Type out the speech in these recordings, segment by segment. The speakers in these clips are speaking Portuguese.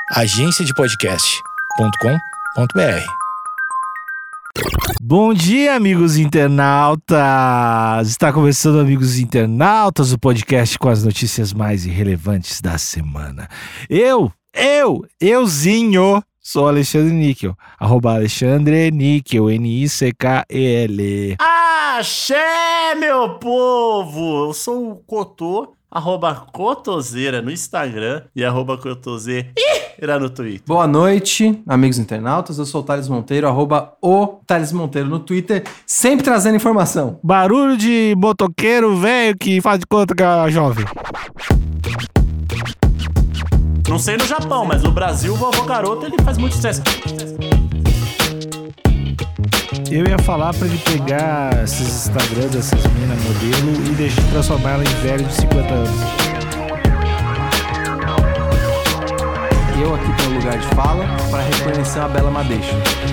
agenciadepodcast.com.br. Bom dia, amigos internautas! Está começando, amigos internautas, o podcast com as notícias mais irrelevantes da semana. Euzinho, sou Alexandre Níquel, @Alexandre Níquel, N-I-C-K-E-L. Axé, meu povo! Eu sou o Cotô, @Cotoseira no Instagram e @Cotoseira no Twitter. Boa noite, amigos internautas. Eu sou o Thales Monteiro, @o Thales Monteiro no Twitter, sempre trazendo informação. Barulho de motoqueiro velho que faz de conta que é jovem. Não sei no Japão, mas no Brasil o Vovô Garoto ele faz muito sucesso. Eu ia falar pra ele pegar esses Instagram dessas meninas modelo e deixar transformar ela em velho de 50 anos. Eu aqui tenho lugar de fala para reconhecer uma bela madeixa.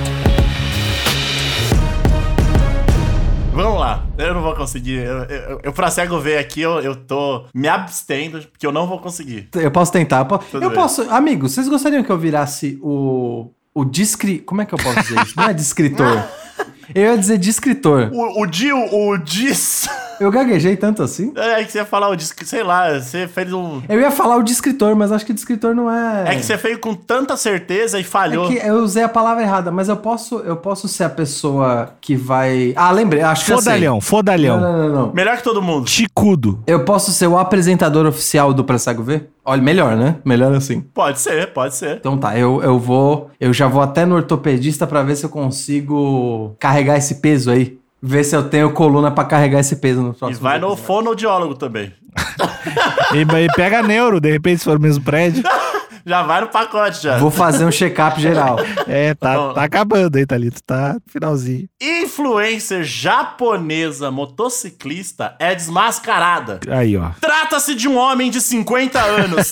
Vamos lá, eu não vou conseguir. Eu pra cego ver aqui, eu tô me abstendo, porque eu não vou conseguir. Eu posso tentar. Eu posso. Amigos, vocês gostariam que eu virasse o como é que eu posso dizer isso? Não é descritor. Eu ia dizer descritor. O dis... Eu gaguejei tanto assim? É que você ia falar o disc... Sei lá, você fez um... Eu ia falar o descritor, mas acho que descritor não é... É que você fez com tanta certeza e falhou. É que eu usei a palavra errada, mas eu posso ser a pessoa que vai... Ah, lembrei, acho que Fodalhão. Não. Melhor que todo mundo. Chicudo. Eu posso ser o apresentador oficial do Pra Cego Ver? Olha, melhor, né? Melhor assim. Pode ser. Então tá, eu já vou até no ortopedista pra ver se eu consigo carregar esse peso aí. Ver se eu tenho coluna pra carregar esse peso no próximo. E vai no fonoaudiólogo também. E pega neuro, de repente, se for o mesmo prédio. Já vai no pacote, já. Vou fazer um check-up geral. Tá acabando aí, Thalito. Tá no finalzinho. Influencer japonesa motociclista é desmascarada. Aí, ó. Trata-se de um homem de 50 anos.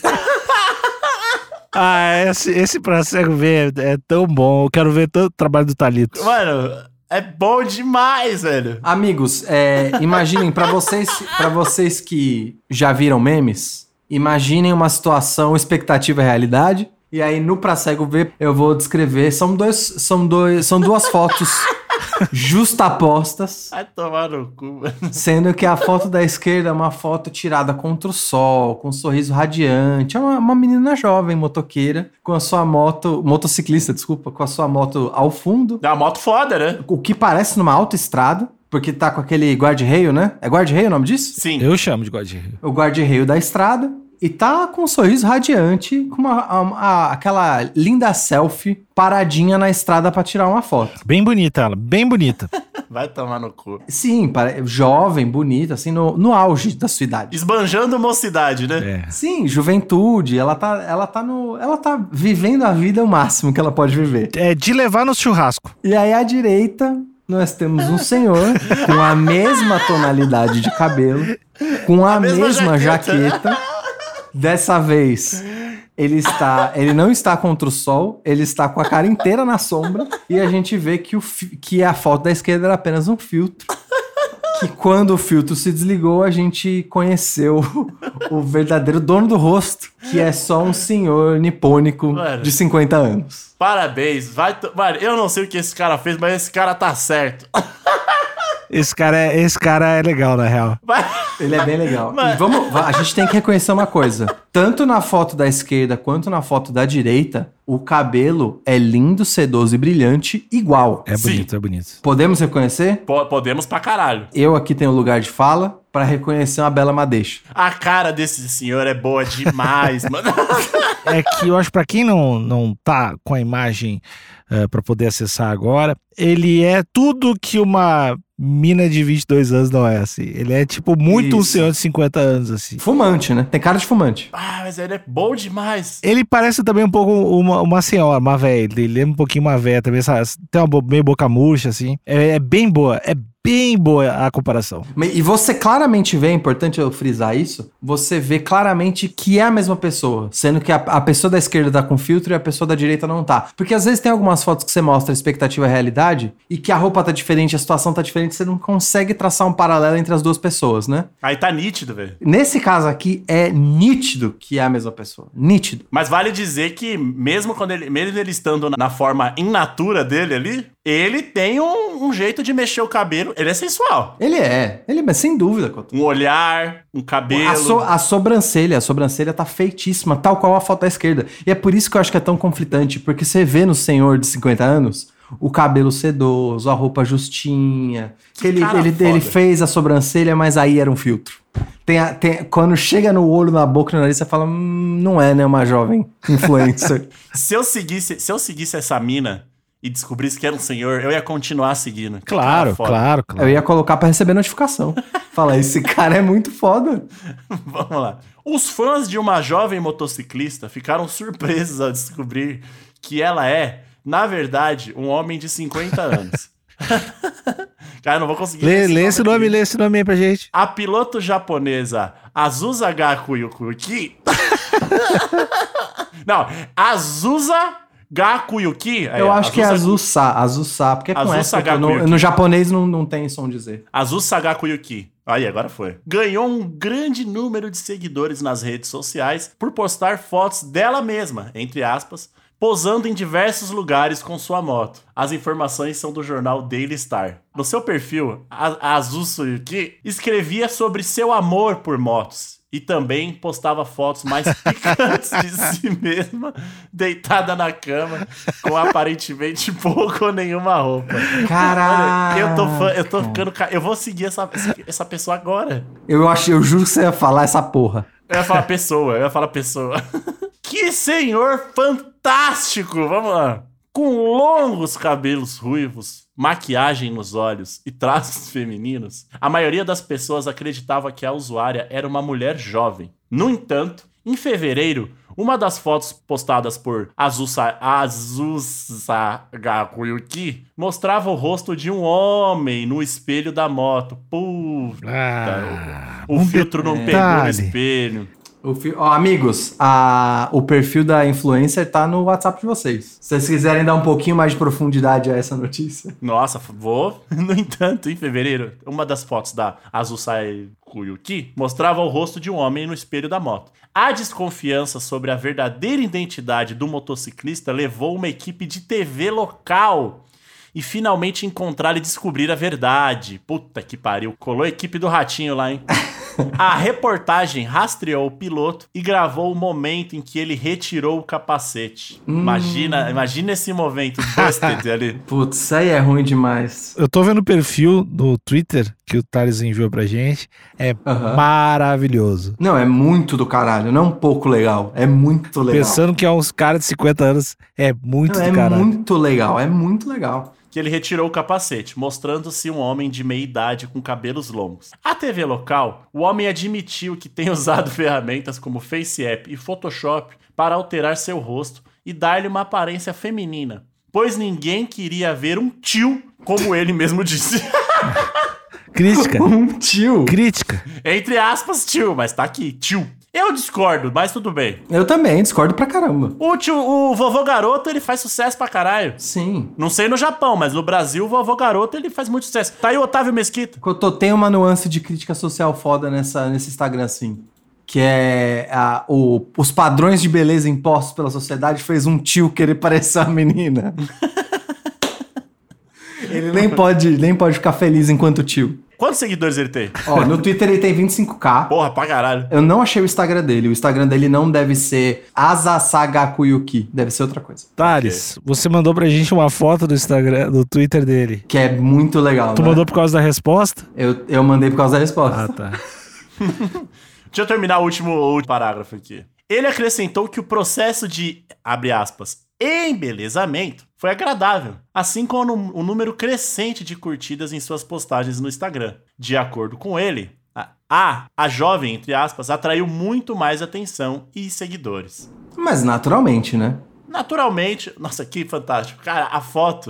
Esse Pra Cego Ver é tão bom. Eu quero ver todo o trabalho do Thalito. Mano, é bom demais, velho. Amigos, imaginem, pra vocês que já viram memes, imaginem uma situação, expectativa e realidade. E aí, no Pra Cego Ver, eu vou descrever. São duas fotos justapostas. Vai tomar no cu, mano. Sendo que a foto da esquerda é uma foto tirada contra o sol, com um sorriso radiante. É uma menina jovem, motoqueira, com a sua motociclista, desculpa, com a sua moto ao fundo. É uma moto foda, né? O que parece numa autoestrada, porque tá com aquele guarda-reio, né? É guarda-reio o nome disso? Sim. Eu chamo de guarda-reio. O guarda-reio da estrada. E tá com um sorriso radiante, com aquela linda selfie paradinha na estrada pra tirar uma foto. Bem bonita ela, bem bonita. Vai tomar no cu. Sim, jovem, bonita, assim, no auge da sua idade. Esbanjando mocidade, né? É. Sim, juventude, ela tá vivendo a vida ao máximo que ela pode viver. É de levar no churrasco. E aí à direita, nós temos um senhor com a mesma tonalidade de cabelo, com a mesma jaqueta. Dessa vez, ele não está contra o sol, ele está com a cara inteira na sombra, e a gente vê que a foto da esquerda era apenas um filtro. Que quando o filtro se desligou, a gente conheceu o verdadeiro dono do rosto, que é só um senhor nipônico de 50 anos. Parabéns. Mano, eu não sei o que esse cara fez, mas esse cara tá certo. Esse cara é legal, na real. Ele é bem legal. E a gente tem que reconhecer uma coisa. Tanto na foto da esquerda quanto na foto da direita, o cabelo é lindo, sedoso e brilhante, igual. É bonito, Sim. é bonito. Podemos reconhecer? Podemos pra caralho. Eu aqui tenho lugar de fala pra reconhecer uma bela madeixa. A cara desse senhor é boa demais, mano. É que eu acho que pra quem não tá com a imagem pra poder acessar agora, ele é tudo que uma mina de 22 anos não é, assim. Ele é, tipo, muito um senhor de 50 anos, assim. Fumante, né? Tem cara de fumante. Mas ele é bom demais. Ele parece também um pouco uma senhora, uma velha. Ele lembra um pouquinho uma velha também, sabe? Tem uma meio boca murcha, assim. É bem boa. É bem boa a comparação. E você claramente vê, é importante eu frisar isso, você vê claramente que é a mesma pessoa, sendo que a pessoa da esquerda tá com filtro e a pessoa da direita não tá. Porque às vezes tem algumas fotos que você mostra a expectativa e a realidade, e que a roupa tá diferente, a situação tá diferente, você não consegue traçar um paralelo entre as duas pessoas, né? Aí tá nítido, velho. Nesse caso aqui, é nítido que é a mesma pessoa. Nítido. Mas vale dizer que mesmo ele estando na forma in natura dele ali, ele tem um jeito de mexer o cabelo. Ele é sensual. Ele é, sem dúvida, Couto. Um olhar, um cabelo. A sobrancelha tá feitíssima, tal qual a foto da esquerda. E é por isso que eu acho que é tão conflitante, porque você vê no senhor de 50 anos o cabelo sedoso, a roupa justinha. Ele fez a sobrancelha, mas aí era um filtro. Quando chega no olho, na boca, no nariz, você fala, não é, né, uma jovem influencer. Se eu seguisse essa mina e descobrisse que era um senhor, eu ia continuar seguindo. Claro. Eu ia colocar pra receber notificação. Fala, esse cara é muito foda. Vamos lá. Os fãs de uma jovem motociclista ficaram surpresos ao descobrir que ela é, na verdade, um homem de 50 anos. Cara, eu não vou conseguir lê esse nome aí pra gente. A piloto japonesa Azusa Gakuyuki. Não, Azusa Gakuyuki. Eu acho que é Azusa, porque é com Azusa essa. No japonês não tem som de Z. Azusa Gakuyuki. Aí, agora foi. Ganhou um grande número de seguidores nas redes sociais por postar fotos dela mesma, entre aspas, posando em diversos lugares com sua moto. As informações são do jornal Daily Star. No seu perfil, a Azusuyuki escrevia sobre seu amor por motos e também postava fotos mais picantes de si mesma, deitada na cama, com aparentemente pouco ou nenhuma roupa. Caralho! Eu tô ficando... Eu vou seguir essa pessoa agora. Eu juro que você ia falar essa porra. Eu ia falar pessoa. Que senhor fantástico! Vamos lá. Com longos cabelos ruivos, maquiagem nos olhos e traços femininos, a maioria das pessoas acreditava que a usuária era uma mulher jovem. No entanto, em fevereiro, uma das fotos postadas por Azusa Gakuyuki mostrava o rosto de um homem no espelho da moto. Puta, o filtro não pegou no espelho. Amigos, o perfil da influencer tá no WhatsApp de vocês. Se vocês quiserem dar um pouquinho mais de profundidade a essa notícia. Nossa, vou. No entanto, em fevereiro, uma das fotos da Azusa Gakuyuki mostrava o rosto de um homem no espelho da moto. A desconfiança sobre a verdadeira identidade do motociclista levou uma equipe de TV local e finalmente encontrar e descobrir a verdade. Puta que pariu. Colou a equipe do Ratinho lá, hein? A reportagem rastreou o piloto e gravou o momento em que ele retirou o capacete. Imagina esse momento busted ali. Putz, isso aí é ruim demais. Eu tô vendo o perfil do Twitter que o Thales enviou pra gente. É maravilhoso. Não, é muito do caralho. Não é um pouco legal. É muito legal. Pensando que é uns caras de 50 anos, é muito do caralho. É muito legal. Que ele retirou o capacete, mostrando-se um homem de meia idade com cabelos longos. A TV local, o homem admitiu que tem usado ferramentas como FaceApp e Photoshop para alterar seu rosto e dar-lhe uma aparência feminina, pois ninguém queria ver um tio, como ele mesmo disse. Crítica. Um tio. Crítica. Entre aspas, tio, mas tá aqui, tio. Eu discordo, mas tudo bem. Eu também discordo pra caramba. O vovô garoto, ele faz sucesso pra caralho. Sim. Não sei no Japão, mas no Brasil, o vovô garoto, ele faz muito sucesso. Tá aí o Otávio Mesquita. Tem uma nuance de crítica social foda nesse Instagram, assim. Que é os padrões de beleza impostos pela sociedade fez um tio querer parecer uma menina. Ele nem pode ficar feliz enquanto tio. Quantos seguidores ele tem? No Twitter ele tem 25k. Porra, pra caralho. Eu não achei o Instagram dele. O Instagram dele não deve ser Asasagakuyuki. Deve ser outra coisa. Thales, você mandou pra gente uma foto do Instagram, do Twitter dele. Que é muito legal, Tu mandou por causa da resposta? Eu mandei por causa da resposta. Ah, tá. Deixa eu terminar o último parágrafo aqui. Ele acrescentou que o processo de, abre aspas, embelezamento foi agradável, assim como o número crescente de curtidas em suas postagens no Instagram. De acordo com ele, a jovem, entre aspas, atraiu muito mais atenção e seguidores. Mas naturalmente, né? Naturalmente, nossa, que fantástico. Cara, a foto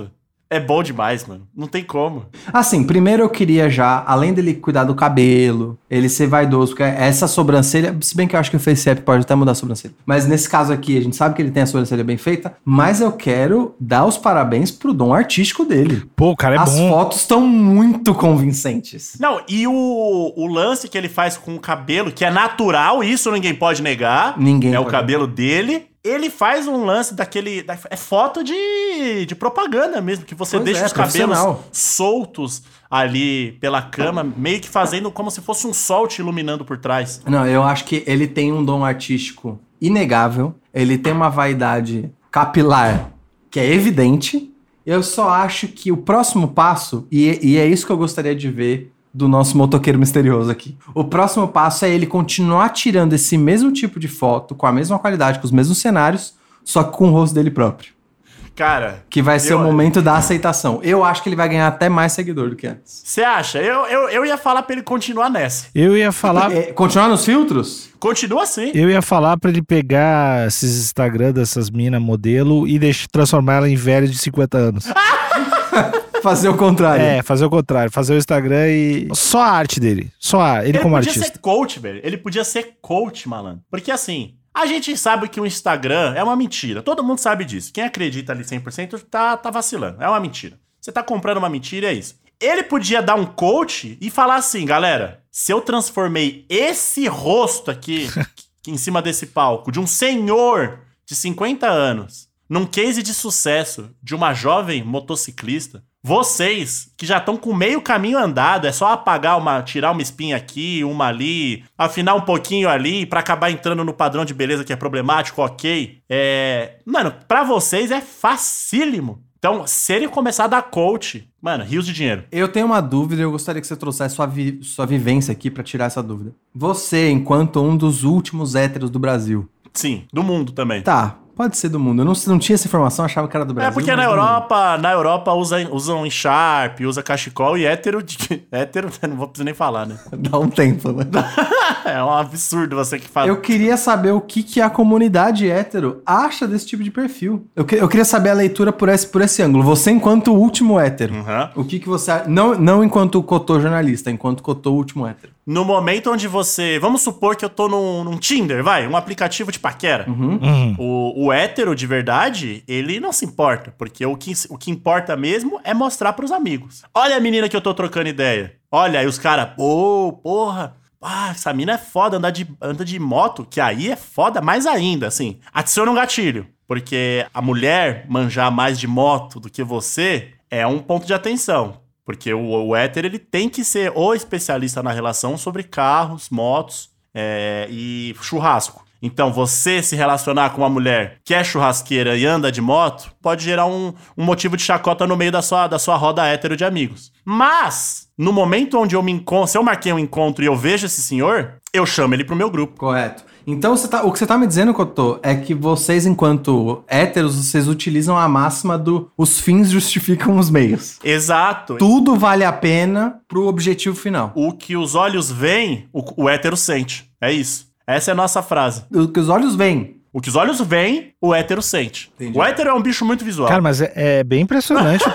É bom demais, mano. Não tem como. Assim, primeiro eu queria já, além dele cuidar do cabelo, ele ser vaidoso, porque essa sobrancelha, se bem que eu acho que o FaceApp pode até mudar a sobrancelha. Mas nesse caso aqui, a gente sabe que ele tem a sobrancelha bem feita, mas eu quero dar os parabéns pro dom artístico dele. Pô, o cara é As bom. fotos estão muito convincentes. Não, e o lance que ele faz com o cabelo, que é natural, isso ninguém pode negar. Ninguém É o pode. cabelo dele. Ele faz um lance daquele... É foto de propaganda mesmo, que você Pois deixa é, os cabelos profissional. soltos ali pela cama, meio que fazendo como se fosse um sol te iluminando por trás. Não, eu acho que ele tem um dom artístico inegável, ele tem uma vaidade capilar que é evidente. Eu só acho que o próximo passo, e é isso que eu gostaria de ver do nosso motoqueiro misterioso aqui. O próximo passo é ele continuar tirando esse mesmo tipo de foto, com a mesma qualidade, com os mesmos cenários, só que com o rosto dele próprio. Cara... Que vai ser o momento da aceitação. Eu acho que ele vai ganhar até mais seguidor do que antes. Você acha? Eu ia falar pra ele continuar nessa. Eu ia falar... Continuar nos filtros? Continua assim. Eu ia falar pra ele pegar esses Instagram dessas minas modelo e transformar ela em velho de 50 anos. Fazer o contrário. É, fazer o contrário. Fazer o Instagram e... Só a arte dele. Ele como podia artista. ser coach, velho. Ele podia ser coach, malandro. Porque assim, a gente sabe que o Instagram é uma mentira. Todo mundo sabe disso. Quem acredita ali 100% tá vacilando. É uma mentira. Você tá comprando uma mentira e é isso. Ele podia dar um coach e falar assim, galera, se eu transformei esse rosto aqui em cima desse palco de um senhor de 50 anos num case de sucesso de uma jovem motociclista, vocês que já estão com meio caminho andado, é só apagar tirar uma espinha aqui, uma ali, afinar um pouquinho ali pra acabar entrando no padrão de beleza que é problemático, ok. Mano, pra vocês é facílimo. Então, se ele começar a dar coach, mano, rios de dinheiro. Eu tenho uma dúvida e eu gostaria que você trouxesse sua vivência aqui pra tirar essa dúvida. Você, enquanto um dos últimos héteros do Brasil. Sim, do mundo também. Tá, pode ser do mundo. Eu não tinha essa informação, achava que era do Brasil. É porque mas na do mundo. Europa usam Sharp, usa cachecol e hétero, não vou precisar nem falar, né? Dá um tempo, né? É um absurdo você que fala. Eu queria saber o que a comunidade hétero acha desse tipo de perfil. Eu queria saber a leitura por esse ângulo. Você enquanto o último hétero. Uhum. O que você acha? Não enquanto Cotô jornalista, enquanto Cotô último hétero. No momento onde você... Vamos supor que eu tô num Tinder, um aplicativo de paquera. Uhum. O hétero, de verdade, ele não se importa. Porque o que importa mesmo é mostrar pros amigos. Olha a menina que eu tô trocando ideia. Olha, aí os caras... porra... Ah, essa mina é foda, anda de moto, que aí é foda mais ainda, assim. Adiciona um gatilho. Porque a mulher manjar mais de moto do que você é um ponto de atenção. Porque o hétero, ele tem que ser o especialista na relação sobre carros, motos e churrasco. Então, você se relacionar com uma mulher que é churrasqueira e anda de moto, pode gerar um motivo de chacota no meio da sua roda hétero de amigos. Mas, no momento onde se eu marquei um encontro e eu vejo esse senhor, eu chamo ele pro meu grupo. Correto. Então, o que você tá me dizendo, Cotô, é que vocês, enquanto héteros, vocês utilizam a máxima do os fins justificam os meios. Exato. Tudo vale a pena pro objetivo final. O que os olhos veem, o hétero sente. É isso. Essa é a nossa frase. O que os olhos veem. O que os olhos veem, o hétero sente. Entendi. O hétero é um bicho muito visual. Cara, mas é bem impressionante.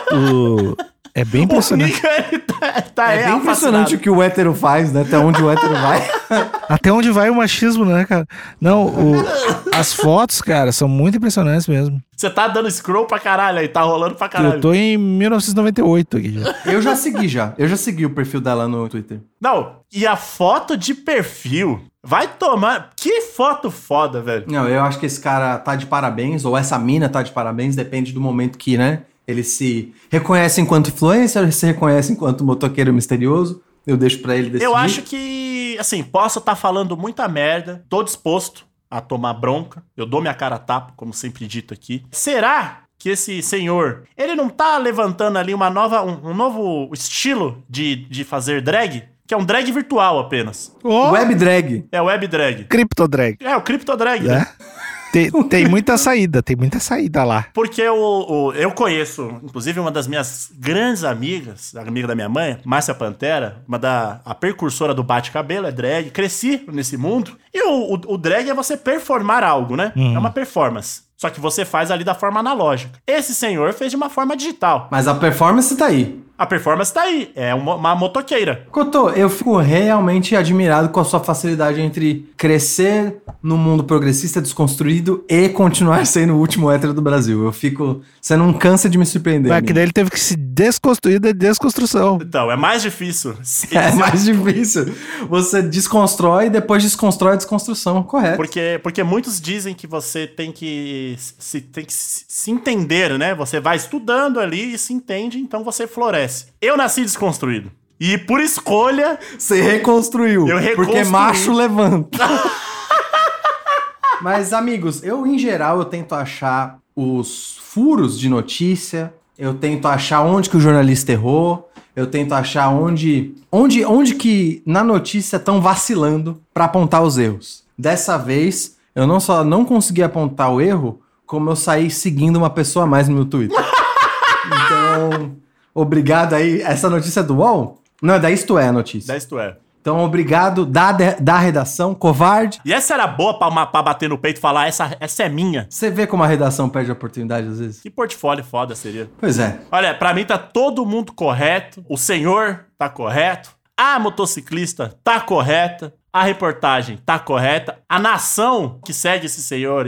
É bem impressionante. O Nico, ele tá É bem impressionante fascinado. o que o hétero faz, né? Até onde o hétero vai. Até onde vai o machismo, né, cara? Não, as fotos, cara, são muito impressionantes mesmo. Você tá dando scroll pra caralho aí, tá rolando pra caralho. Eu tô em 1998 aqui já. Eu já segui o perfil dela no Twitter. Não, e a foto de perfil... Vai tomar... Que foto foda, velho. Não, eu acho que esse cara tá de parabéns, ou essa mina tá de parabéns, depende do momento que, né? Ele se reconhece enquanto influencer, ele se reconhece enquanto motoqueiro misterioso. Eu deixo pra ele decidir. Eu acho que, assim, posso estar falando muita merda, tô disposto a tomar bronca, eu dou minha cara a tapa, como sempre dito aqui. Será que esse senhor, ele não tá levantando ali um novo estilo de fazer drag? Que é um drag virtual apenas. Web drag. É o web drag. Criptodrag. É o criptodrag, né? Tem muita saída lá. Porque eu conheço, inclusive, uma das minhas grandes amigas, a amiga da minha mãe, Márcia Pantera, a precursora do bate-cabelo, é drag. Cresci nesse mundo. E o drag é você performar algo, né? É uma performance. Só que você faz ali da forma analógica. Esse senhor fez de uma forma digital. Mas a performance tá aí. A performance tá aí. É uma motoqueira. Cotô, eu fico realmente admirado com a sua facilidade entre crescer no mundo progressista desconstruído e continuar sendo o último hétero do Brasil. Eu fico... Você não cansa de me surpreender. Mas que daí ele teve que se desconstruir da desconstrução. Então, é mais difícil. É mais difícil. Você desconstrói e depois desconstrói a desconstrução. Correto. Porque muitos dizem que você tem que se entender, né? Você vai estudando ali e se entende, então você floresce. Eu nasci desconstruído. E por escolha... Você reconstruiu. Eu reconstruí. Porque macho levanta. Mas, amigos, em geral, eu tento achar os furos de notícia. Eu tento achar onde que o jornalista errou. Eu tento achar onde que na notícia estão vacilando para apontar os erros. Dessa vez, eu não só não consegui apontar o erro, como eu saí seguindo uma pessoa a mais no meu Twitter. Então... Obrigado aí. Essa notícia é do UOL? Não, é da Isto É a notícia. Da Isto É. Então, obrigado da redação, covarde. E essa era boa pra bater no peito e falar, essa é minha. Você vê como a redação perde a oportunidade às vezes? Que portfólio foda seria. Pois é. Olha, pra mim tá todo mundo correto. O senhor tá correto. A motociclista tá correta. A reportagem tá correta. A nação que segue esse senhor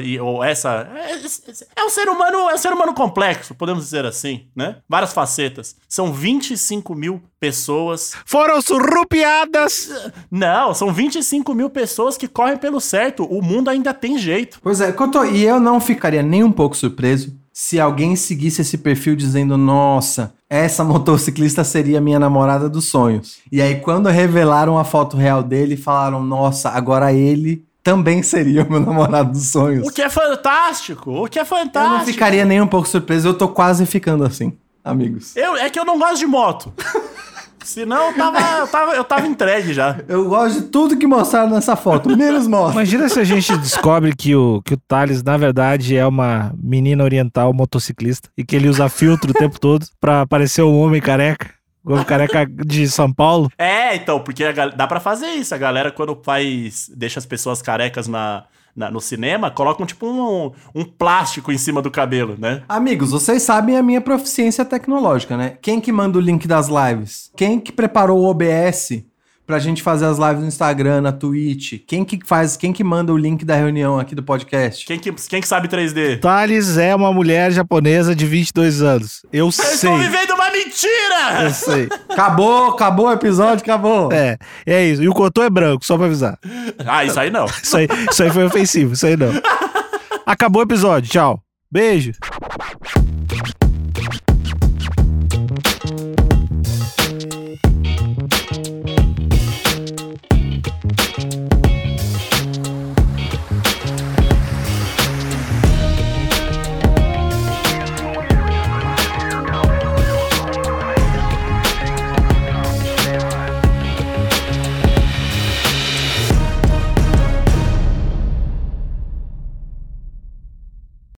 é um ser humano complexo, podemos dizer assim, né? Várias facetas. São 25 mil pessoas. Foram surrupiadas! Não, são 25 mil pessoas que correm pelo certo. O mundo ainda tem jeito. Pois é, e eu não ficaria nem um pouco surpreso se alguém seguisse esse perfil dizendo, nossa, essa motociclista seria minha namorada dos sonhos. E aí, quando revelaram a foto real dele, falaram, nossa, agora ele também seria o meu namorado dos sonhos. O que é fantástico! Eu não ficaria nem um pouco surpreso, eu tô quase ficando assim, amigos. É que eu não gosto de moto. Senão eu tava entregue já. Eu gosto de tudo que mostraram nessa foto, menos moto. Imagina se a gente descobre que o Thales, na verdade, é uma menina oriental motociclista e que ele usa filtro o tempo todo pra parecer um homem careca. Como careca de São Paulo. Então, porque dá pra fazer isso. A galera, quando deixa as pessoas carecas no cinema, colocam tipo um plástico em cima do cabelo, né? Amigos, vocês sabem a minha proficiência tecnológica, né? Quem que manda o link das lives? Quem que preparou o OBS pra gente fazer as lives no Instagram, na Twitch? Quem que manda o link da reunião aqui do podcast? Quem que sabe 3D? Thales é uma mulher japonesa de 22 anos. Eu sei. Vocês estão vivendo uma mentira! Eu sei. Acabou o episódio, acabou. É isso. E o Cotô é branco, só pra avisar. Isso aí não. Isso aí foi ofensivo, isso aí não. Acabou o episódio, tchau. Beijo.